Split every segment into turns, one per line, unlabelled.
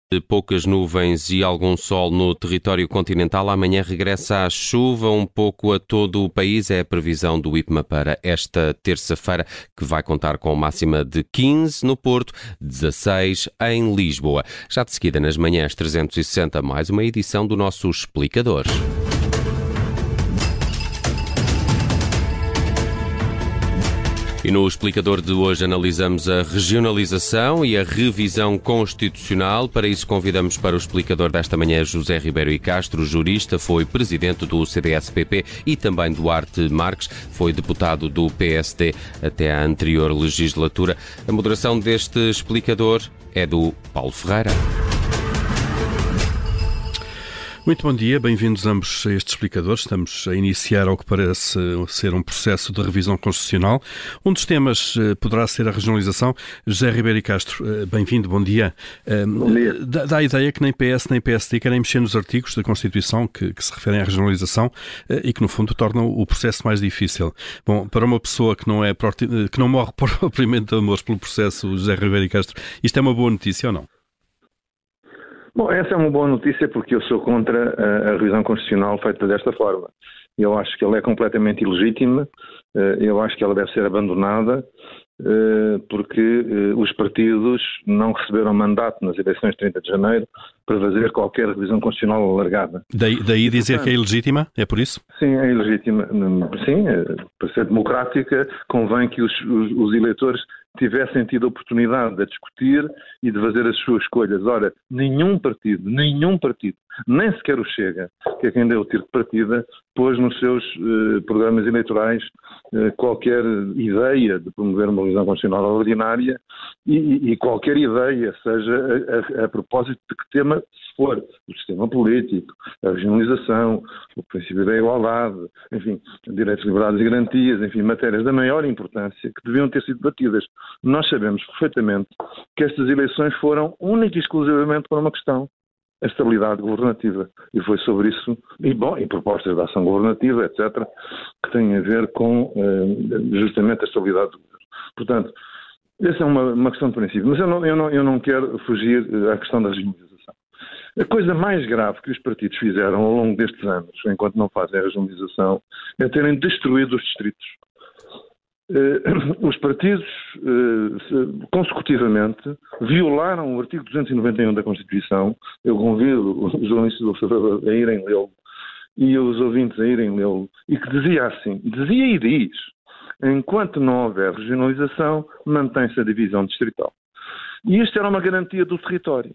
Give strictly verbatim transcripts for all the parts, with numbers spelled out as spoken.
Poucas nuvens e algum sol no território continental. Amanhã regressa a chuva um pouco a todo o país. É a previsão do IPMA para esta terça-feira, que vai contar com máxima de quinze no Porto, dezasseis em Lisboa. Já de seguida, nas manhãs trezentos e sessenta, mais uma edição do nosso Explicador. E no Explicador de hoje analisamos a regionalização e a revisão constitucional. Para isso convidamos para o Explicador desta manhã José Ribeiro e Castro, jurista, foi presidente do C D S P P, e também Duarte Marques, foi deputado do P S D até à anterior legislatura. A moderação deste Explicador é do Paulo Ferreira.
Muito bom dia, bem-vindos ambos a este Explicador. Estamos a iniciar ao que parece ser um processo de revisão constitucional. Um dos temas poderá ser a regionalização. José Ribeiro e Castro, bem-vindo, bom dia.
Bom dia.
Dá, dá a ideia que nem P S nem P S D querem mexer nos artigos da Constituição que, que se referem à regionalização e que, no fundo, tornam o processo mais difícil. Bom, para uma pessoa que não, é, que não morre propriamente de amor pelo processo, José Ribeiro e Castro, isto é uma boa notícia ou não?
Bom, essa é uma boa notícia porque eu sou contra a, a revisão constitucional feita desta forma. Eu acho que ela é completamente ilegítima, eu acho que ela deve ser abandonada porque os partidos não receberam mandato nas eleições de trinta de janeiro para fazer qualquer revisão constitucional alargada.
Daí, daí dizer que é ilegítima? É por isso?
Sim, é ilegítima. Sim, para ser democrática convém que os, os, os eleitores tivessem tido a oportunidade de discutir e de fazer as suas escolhas. Ora, nenhum partido, nenhum partido, nem sequer o Chega, que é quem deu o tiro de partida, pôs nos seus eh, programas eleitorais eh, qualquer ideia de promover uma revisão constitucional ordinária e, e qualquer ideia, seja a, a, a propósito de que tema for, o sistema político, a regionalização, o princípio da igualdade, enfim, direitos, liberdades e garantias, enfim, matérias da maior importância que deviam ter sido debatidas. Nós sabemos perfeitamente que estas eleições foram única e exclusivamente por uma questão, a estabilidade governativa. E foi sobre isso, e bom, e propostas de ação governativa, etcétera, que têm a ver com eh, justamente a estabilidade do governo. Portanto, essa é uma, uma questão de princípio. Mas eu não, eu, não, eu não quero fugir à questão da regionalização. A coisa mais grave que os partidos fizeram ao longo destes anos, enquanto não fazem a regionalização, é terem destruído os distritos. Uh, os partidos uh, consecutivamente violaram o artigo duzentos e noventa e um da Constituição. Eu convido os jornalistas do Observador a irem lê-lo e os ouvintes a irem lê-lo, e que dizia assim, dizia e diz, enquanto não houver regionalização, mantém-se a divisão distrital. E isto era uma garantia do território.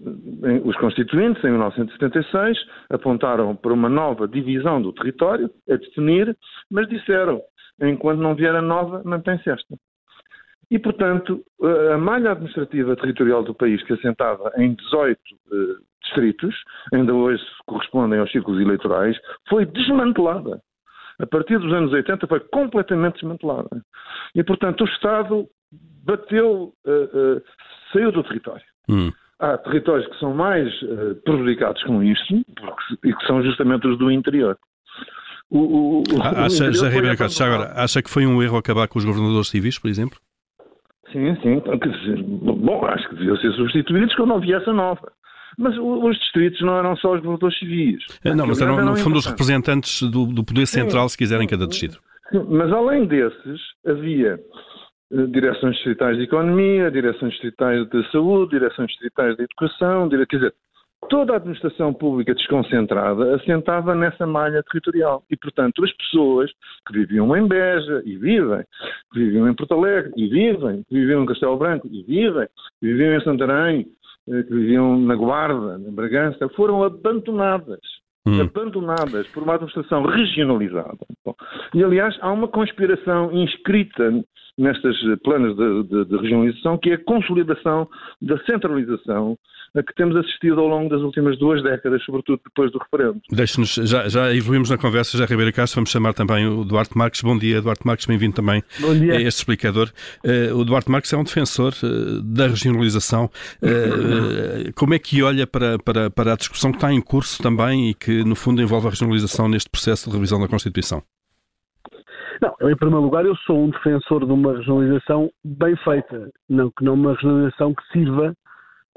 Os constituintes, em mil novecentos e setenta e seis, apontaram para uma nova divisão do território a definir, mas disseram, enquanto não vier a nova, mantém-se esta. E, portanto, a malha administrativa territorial do país, que assentava em dezoito uh, distritos, ainda hoje correspondem aos círculos eleitorais, foi desmantelada. A partir dos anos oitenta foi completamente desmantelada. E, portanto, o Estado bateu, uh, uh, saiu do território. Hum. Há territórios que são mais uh, prejudicados com isto, porque, e que são justamente os do interior.
O, o, acha, já Ribeiro Castro, agora, acha que foi um erro acabar com os governadores civis, por exemplo?
Sim, sim. Bom, acho que deviam ser substituídos quando não viesse a nova. Mas os distritos não eram só os governadores civis.
Não, mas eram, no fundo, os representantes do, do poder central, sim, se quiserem, cada distrito.
Sim, mas além desses, havia uh, direções distritais de economia, direções distritais de saúde, direções distritais de educação, dire... quer dizer, toda a administração pública desconcentrada assentava nessa malha territorial. E, portanto, as pessoas que viviam em Beja e vivem, que viviam em Porto Alegre e vivem, que viviam em Castelo Branco e vivem, que viviam em Santarém, que viviam na Guarda, na Bragança, foram abandonadas. Hum. Abandonadas por uma administração regionalizada. Bom, e, aliás, há uma conspiração inscrita nestas planos de, de, de regionalização, que é a consolidação da centralização a que temos assistido ao longo das últimas duas décadas, sobretudo depois do referendo.
Deixe-nos, já, já evoluímos na conversa, já Ribeiro Castro, vamos chamar também o Duarte Marques. Bom dia, Duarte Marques, bem-vindo também a este explicador. Uh, o Duarte Marques é um defensor uh, da regionalização. Uh, como é que olha para, para, para a discussão que está em curso também e que, no fundo, envolve a regionalização neste processo de revisão da Constituição?
Não, em primeiro lugar, eu sou um defensor de uma regionalização bem feita, não que não uma regionalização que sirva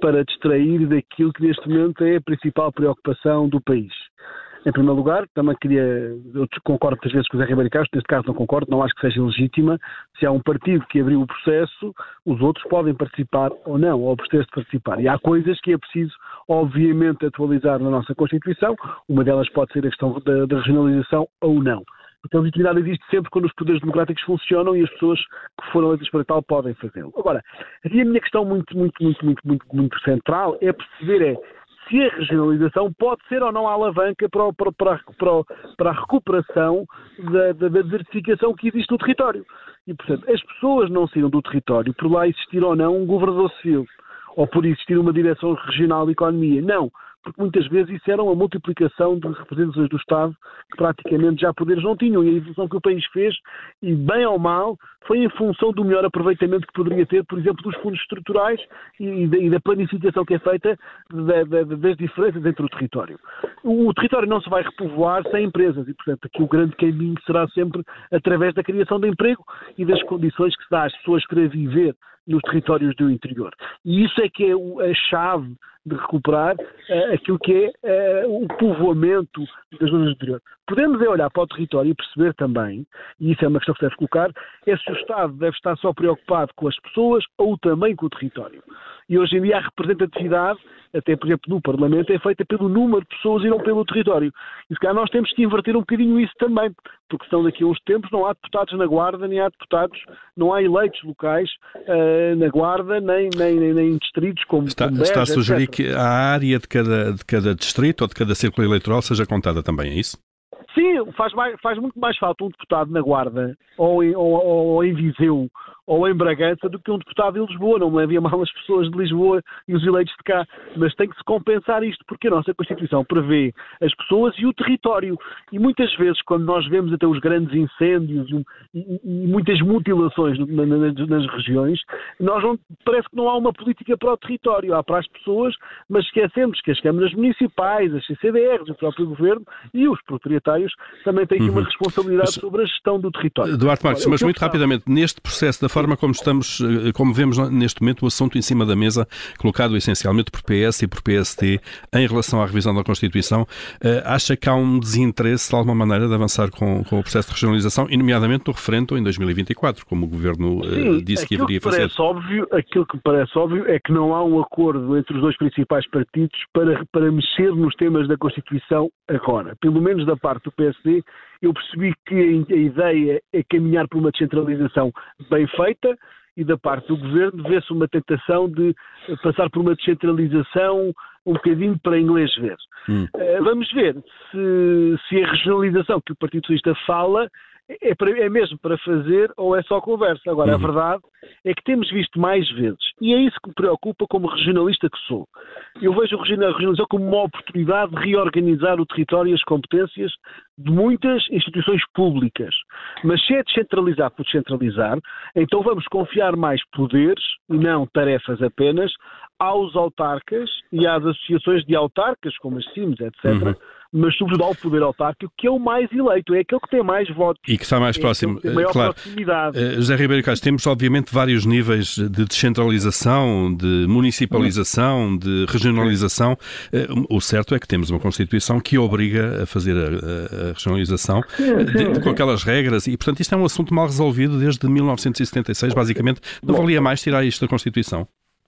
para distrair daquilo que neste momento é a principal preocupação do país. Em primeiro lugar, também queria, eu concordo muitas vezes com o José Ribeiro Castro, neste caso não concordo, não acho que seja legítima. Se há um partido que abriu o processo, os outros podem participar ou não, ou abster-se de participar. E há coisas que é preciso, obviamente, atualizar na nossa Constituição. Uma delas pode ser a questão da, da regionalização ou não. Porque a legitimidade existe sempre quando os poderes democráticos funcionam e as pessoas que foram eleitas para tal podem fazê-lo. Agora, aqui a minha questão muito, muito, muito, muito, muito, muito central é perceber é se a regionalização pode ser ou não a alavanca para, o, para, para, para, para a recuperação da, da, da desertificação que existe no território. E, portanto, as pessoas não saíram do território por lá existir ou não um governador civil, ou por existir uma direção regional de economia. Não, porque muitas vezes isso era uma multiplicação de representações do Estado que praticamente já poderes não tinham. E a evolução que o país fez, e bem ou mal, foi em função do melhor aproveitamento que poderia ter, por exemplo, dos fundos estruturais e da, e da planificação que é feita da, da, das diferenças entre o território. O, o território não se vai repovoar sem empresas e, portanto, aqui o grande caminho será sempre através da criação de emprego e das condições que se dá às pessoas querer viver nos territórios do interior. E isso é que é a chave de recuperar uh, aquilo que é uh, o povoamento das zonas do interior. Podemos é olhar para o território e perceber também, e isso é uma questão que se deve colocar, é se o Estado deve estar só preocupado com as pessoas ou também com o território. E hoje em dia a representatividade, até por exemplo no Parlamento, é feita pelo número de pessoas e não pelo território. E se calhar nós temos que inverter um bocadinho isso também, porque senão daqui a uns tempos não há deputados na Guarda, nem há deputados, não há eleitos locais uh, na Guarda, nem, nem, nem, nem distritos como
Está,
como
está
Beja,
a sugerir
etcétera.
que a área de cada, de cada distrito ou de cada círculo eleitoral seja contada também, é isso?
Sim, faz, mais, faz muito mais falta um deputado na Guarda, ou em, ou, ou em Viseu, ou em Bragança, do que um deputado em Lisboa. Não me levem a mal as pessoas de Lisboa e os eleitos de cá, mas tem que se compensar isto, porque a nossa Constituição prevê as pessoas e o território. E muitas vezes, quando nós vemos até os grandes incêndios e, e, e muitas mutilações na, na, nas regiões, nós não, parece que não há uma política para o território, há para as pessoas, mas esquecemos que as câmaras municipais, as C C D Rs, o próprio governo e os proprietários também têm aqui uma responsabilidade
mas,
sobre a gestão do território.
Duarte Marques, mas muito rapidamente, neste processo, da forma como estamos, como vemos neste momento o assunto em cima da mesa, colocado essencialmente por P S e por P S T, em relação à revisão da Constituição, acha que há um desinteresse, de alguma maneira, de avançar com, com o processo de regionalização, e nomeadamente no referendo em dois mil e vinte e quatro, como o Governo Sim, disse que haveria fazer?
Óbvio, aquilo que me parece óbvio é que não há um acordo entre os dois principais partidos para, para mexer nos temas da Constituição agora. Pelo menos da parte do P S D, eu percebi que a ideia é caminhar por uma descentralização bem feita, e da parte do Governo vê-se uma tentação de passar por uma descentralização um bocadinho para inglês ver. Hum. Uh, vamos ver se, se a regionalização que o Partido Socialista fala é, para, é mesmo para fazer ou é só conversa. Agora, uhum. a verdade é que temos visto mais vezes, e é isso que me preocupa como regionalista que sou. Eu vejo a regionalização como uma oportunidade de reorganizar o território e as competências de muitas instituições públicas. Mas se é descentralizar por descentralizar, então vamos confiar mais poderes, e não tarefas apenas, aos autarcas e às associações de autarcas, como as C I M S, etcétera, uhum. mas sobretudo ao poder autárquico, que é o mais eleito, é aquele que tem mais votos.
E que está mais
é
próximo,
que tem maior
claro.
proximidade.
Uh, José Ribeiro Castro, temos obviamente vários níveis de descentralização, de municipalização, de regionalização. Uh, o certo é que temos uma Constituição que obriga a fazer a, a regionalização sim, sim, de, com aquelas regras e, portanto, isto é um assunto mal resolvido desde mil novecentos e setenta e seis, basicamente. Não Bom, valia mais tirar isto da Constituição?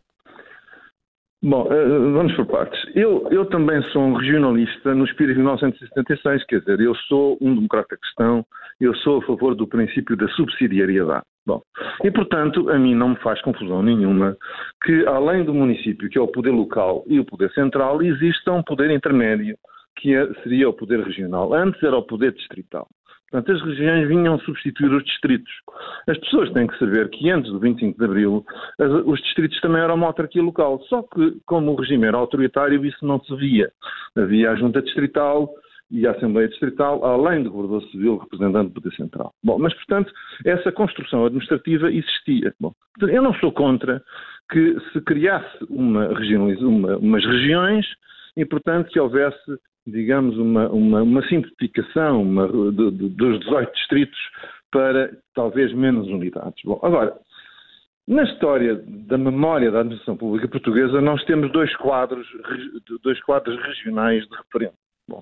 Bom, vamos por partes. Eu, eu também sou um regionalista no espírito de mil novecentos e setenta e seis, quer dizer, eu sou um democrata cristão, eu sou a favor do princípio da subsidiariedade. Bom, e portanto, a mim não me faz confusão nenhuma que, além do município, que é o poder local, e o poder central, exista um poder intermédio, que é, seria o poder regional. Antes era o poder distrital. Portanto, as regiões vinham substituir os distritos. As pessoas têm que saber que antes do vinte e cinco de Abril, as, os distritos também eram uma autarquia local. Só que, como o regime era autoritário, isso não se via. Havia a Junta Distrital e a Assembleia Distrital, além do Governador Civil, representante do Poder Central. Bom, mas, portanto, essa construção administrativa existia. Bom, eu não sou contra que se criasse uma, uma, umas regiões e, portanto, que houvesse, digamos, uma, uma, uma simplificação uma, de, de, dos dezoito distritos para talvez menos unidades. Bom, agora, Na história da memória da administração pública portuguesa, nós temos dois quadros, dois quadros regionais de referência. Bom,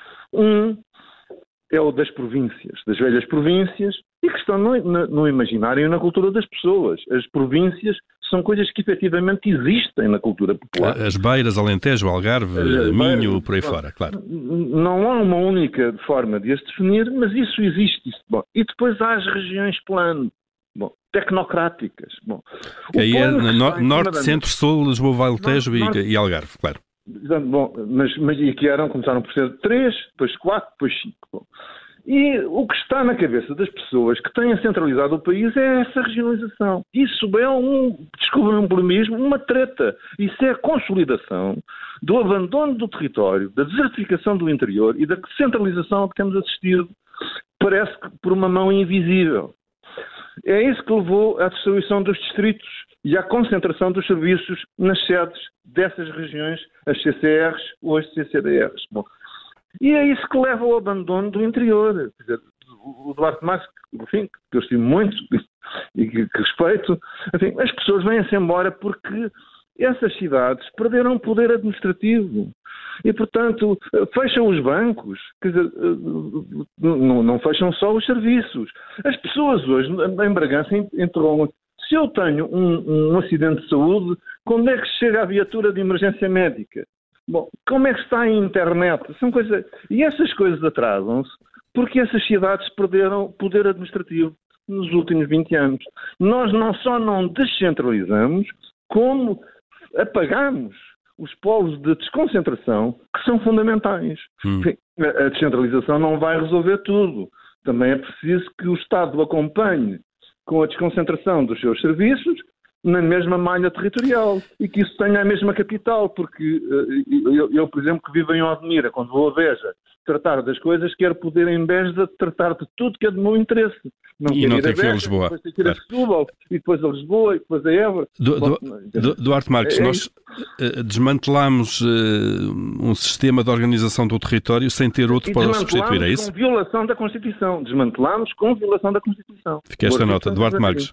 um é o das províncias, das velhas províncias, e que estão no, no, no imaginário e na cultura das pessoas. As províncias são coisas que efetivamente existem na cultura popular.
As Beiras, Alentejo, Algarve, As Minho, Beiras, por aí bom, fora, claro.
Não há uma única forma de as definir, mas isso existe. Bom, e depois há as regiões plano. Bom, tecnocráticas. Bom,
que aí é no, norte, centro, sul, Lisboa, Vale do Tejo e, e Algarve, claro.
Bom, mas, mas e que eram, começaram por ser três, depois quatro, depois cinco. Bom. E o que está na cabeça das pessoas que têm centralizado o país é essa regionalização. Isso é um, desculpem-me por mesmo, uma treta. Isso é a consolidação do abandono do território, da desertificação do interior e da centralização a que temos assistido, parece que por uma mão invisível. É isso que levou à distribuição dos distritos e à concentração dos serviços nas sedes dessas regiões, as C C Rs ou as C C D Rs. Bom, e é isso que leva ao abandono do interior. Quer dizer, o Duarte Marques, enfim, que eu estimo muito e que, que respeito, enfim, as pessoas vêm-se embora porque essas cidades perderam poder administrativo. E, portanto, fecham os bancos, quer dizer, não, não fecham só os serviços. As pessoas hoje, em Bragança, interrogam: se eu tenho um, um acidente de saúde, quando é que chega a viatura de emergência médica? Bom, como é que está a internet? São coisas... E essas coisas atrasam-se porque essas cidades perderam poder administrativo nos últimos vinte anos. Nós não só não descentralizamos, como apagamos os polos de desconcentração que são fundamentais. Hum. A descentralização não vai resolver tudo. Também é preciso que o Estado acompanhe com a desconcentração dos seus serviços na mesma malha territorial e que isso tenha a mesma capital, porque eu, eu por exemplo, que vivo em Odmira, quando vou a Beja tratar das coisas, quero poder em Beja tratar de tudo que é do meu interesse.
Não e não tem que ir a Lisboa.
Depois tem que ir a Setúbal, e depois a Lisboa, e depois a Évora.
Du, du, du, Duarte Marques, é, é nós uh, desmantelámos uh, um sistema de organização do território sem ter outro para substituir, é isso?
Com violação da Constituição. Desmantelámos com violação da Constituição.
Fica esta nota. Duarte Marques.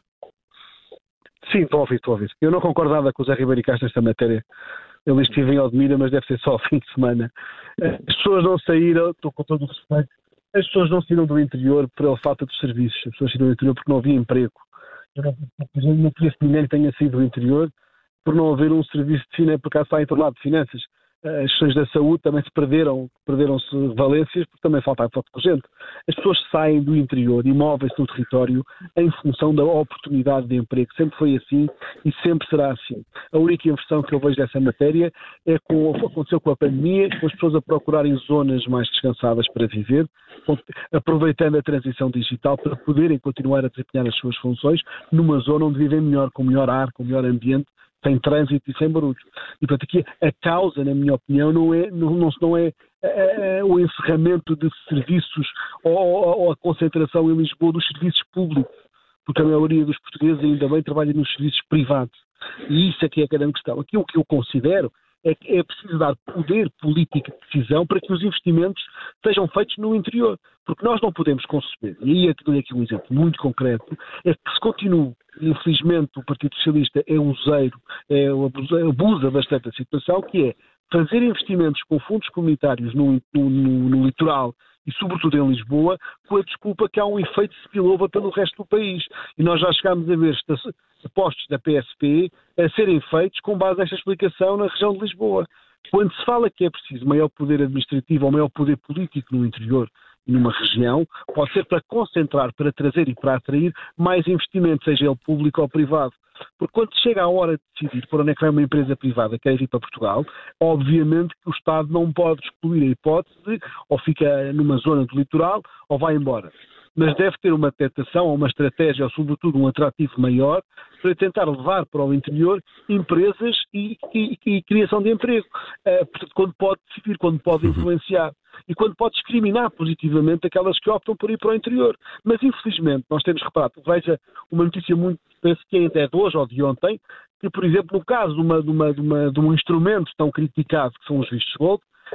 Sim, estou a ouvir, estou a ouvir. Eu não concordo nada com o Zé Ribeiro e Castro nesta matéria. Ele esteve em Odmira, mas deve ser só ao fim de semana. As pessoas não saíram, estou com todo o respeito, as pessoas não saíram do interior pela falta de serviços. As pessoas saíram do interior porque não havia emprego. Eu não, não conheço ninguém que tenha saído do interior por não haver um serviço de finanças, por acaso está entornado de finanças. As questões da saúde também se perderam, perderam-se valências porque também falta a gente. As pessoas saem do interior e movem-se no território em função da oportunidade de emprego. Sempre foi assim e sempre será assim. A única inversão que eu vejo dessa matéria é com o que aconteceu com a pandemia, com as pessoas a procurarem zonas mais descansadas para viver, aproveitando a transição digital para poderem continuar a desempenhar as suas funções numa zona onde vivem melhor, com melhor ar, com melhor ambiente, sem trânsito e sem barulho. E, portanto, aqui a causa, na minha opinião, não é, não, não, não é, é, é o encerramento de serviços ou, ou, ou a concentração em Lisboa dos serviços públicos, porque a maioria dos portugueses ainda bem trabalha nos serviços privados. E isso é que é a grande questão. Aqui o que eu considero é que é preciso dar poder político de decisão para que os investimentos sejam feitos no interior. Porque nós não podemos conceber, e aí é que dou aqui um exemplo muito concreto, é que se continua, infelizmente o Partido Socialista é useiro, é, abusa bastante da situação, que é fazer investimentos com fundos comunitários no, no, no, no litoral e sobretudo em Lisboa, com a desculpa que há um efeito spillover pelo resto do país. E nós já chegámos a ver postos da P S P a serem feitos com base nesta explicação na região de Lisboa. Quando se fala que é preciso maior poder administrativo ou maior poder político no interior e numa região, pode ser para concentrar, para trazer e para atrair mais investimento, seja ele público ou privado. Porque quando chega a hora de decidir por onde é que vai uma empresa privada que quer vir para Portugal, obviamente que o Estado não pode excluir a hipótese de ou fica numa zona do litoral ou vai embora. Mas deve ter uma detectação ou uma estratégia, ou sobretudo um atrativo maior, para tentar levar para o interior empresas e, e, e criação de emprego. Uh, portanto, quando pode decidir, quando pode influenciar e quando pode discriminar positivamente aquelas que optam por ir para o interior. Mas, infelizmente, nós temos reparado, veja uma notícia muito, penso que ainda é de hoje ou de ontem, que, por exemplo, no caso de, uma, de, uma, de, uma, de um instrumento tão criticado que são os vistos gold, Uh,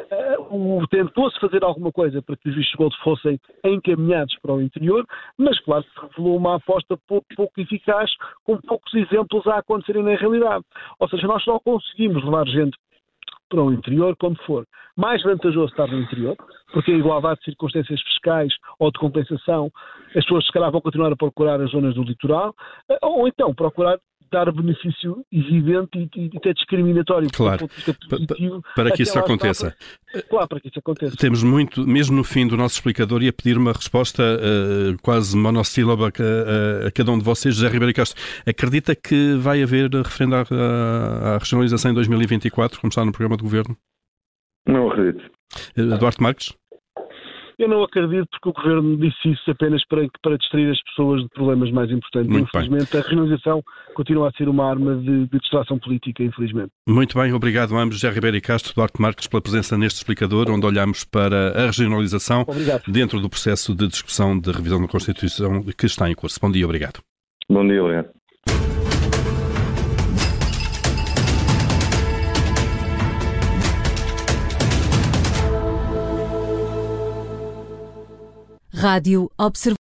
tentou-se fazer alguma coisa para que os vistos gold fossem encaminhados para o interior, mas claro que se revelou uma aposta pouco, pouco eficaz, com poucos exemplos a acontecerem na realidade. Ou seja, nós só conseguimos levar gente para o interior quando for mais vantajoso estar no interior, porque a igualdade de circunstâncias fiscais ou de compensação, as pessoas se calhar vão continuar a procurar as zonas do litoral, ou então procurar dar benefício evidente e, e até discriminatório.
Claro,
positivo,
para que isso aconteça.
Para, claro, para que isso aconteça.
Temos muito, mesmo no fim do nosso explicador, ia pedir uma resposta uh, quase monossílaba a, a, a cada um de vocês. José Ribeiro Castro, acredita que vai haver referendo à, à regionalização em dois mil e vinte e quatro, como está no programa do Governo?
Não acredito.
Uh, Duarte Marques?
Eu não acredito, porque o Governo disse isso apenas para, para distrair as pessoas de problemas mais importantes.
Muito
infelizmente,
bem.
A regionalização continua a ser uma arma de, de distração política, infelizmente.
Muito bem, obrigado a ambos, José Ribeiro e Castro, Duarte Marques, pela presença neste explicador, onde olhamos para a regionalização
Obrigado.
Dentro do processo de discussão de revisão da Constituição que está em curso. Bom dia, obrigado.
Bom dia, obrigado.
Rádio Observador.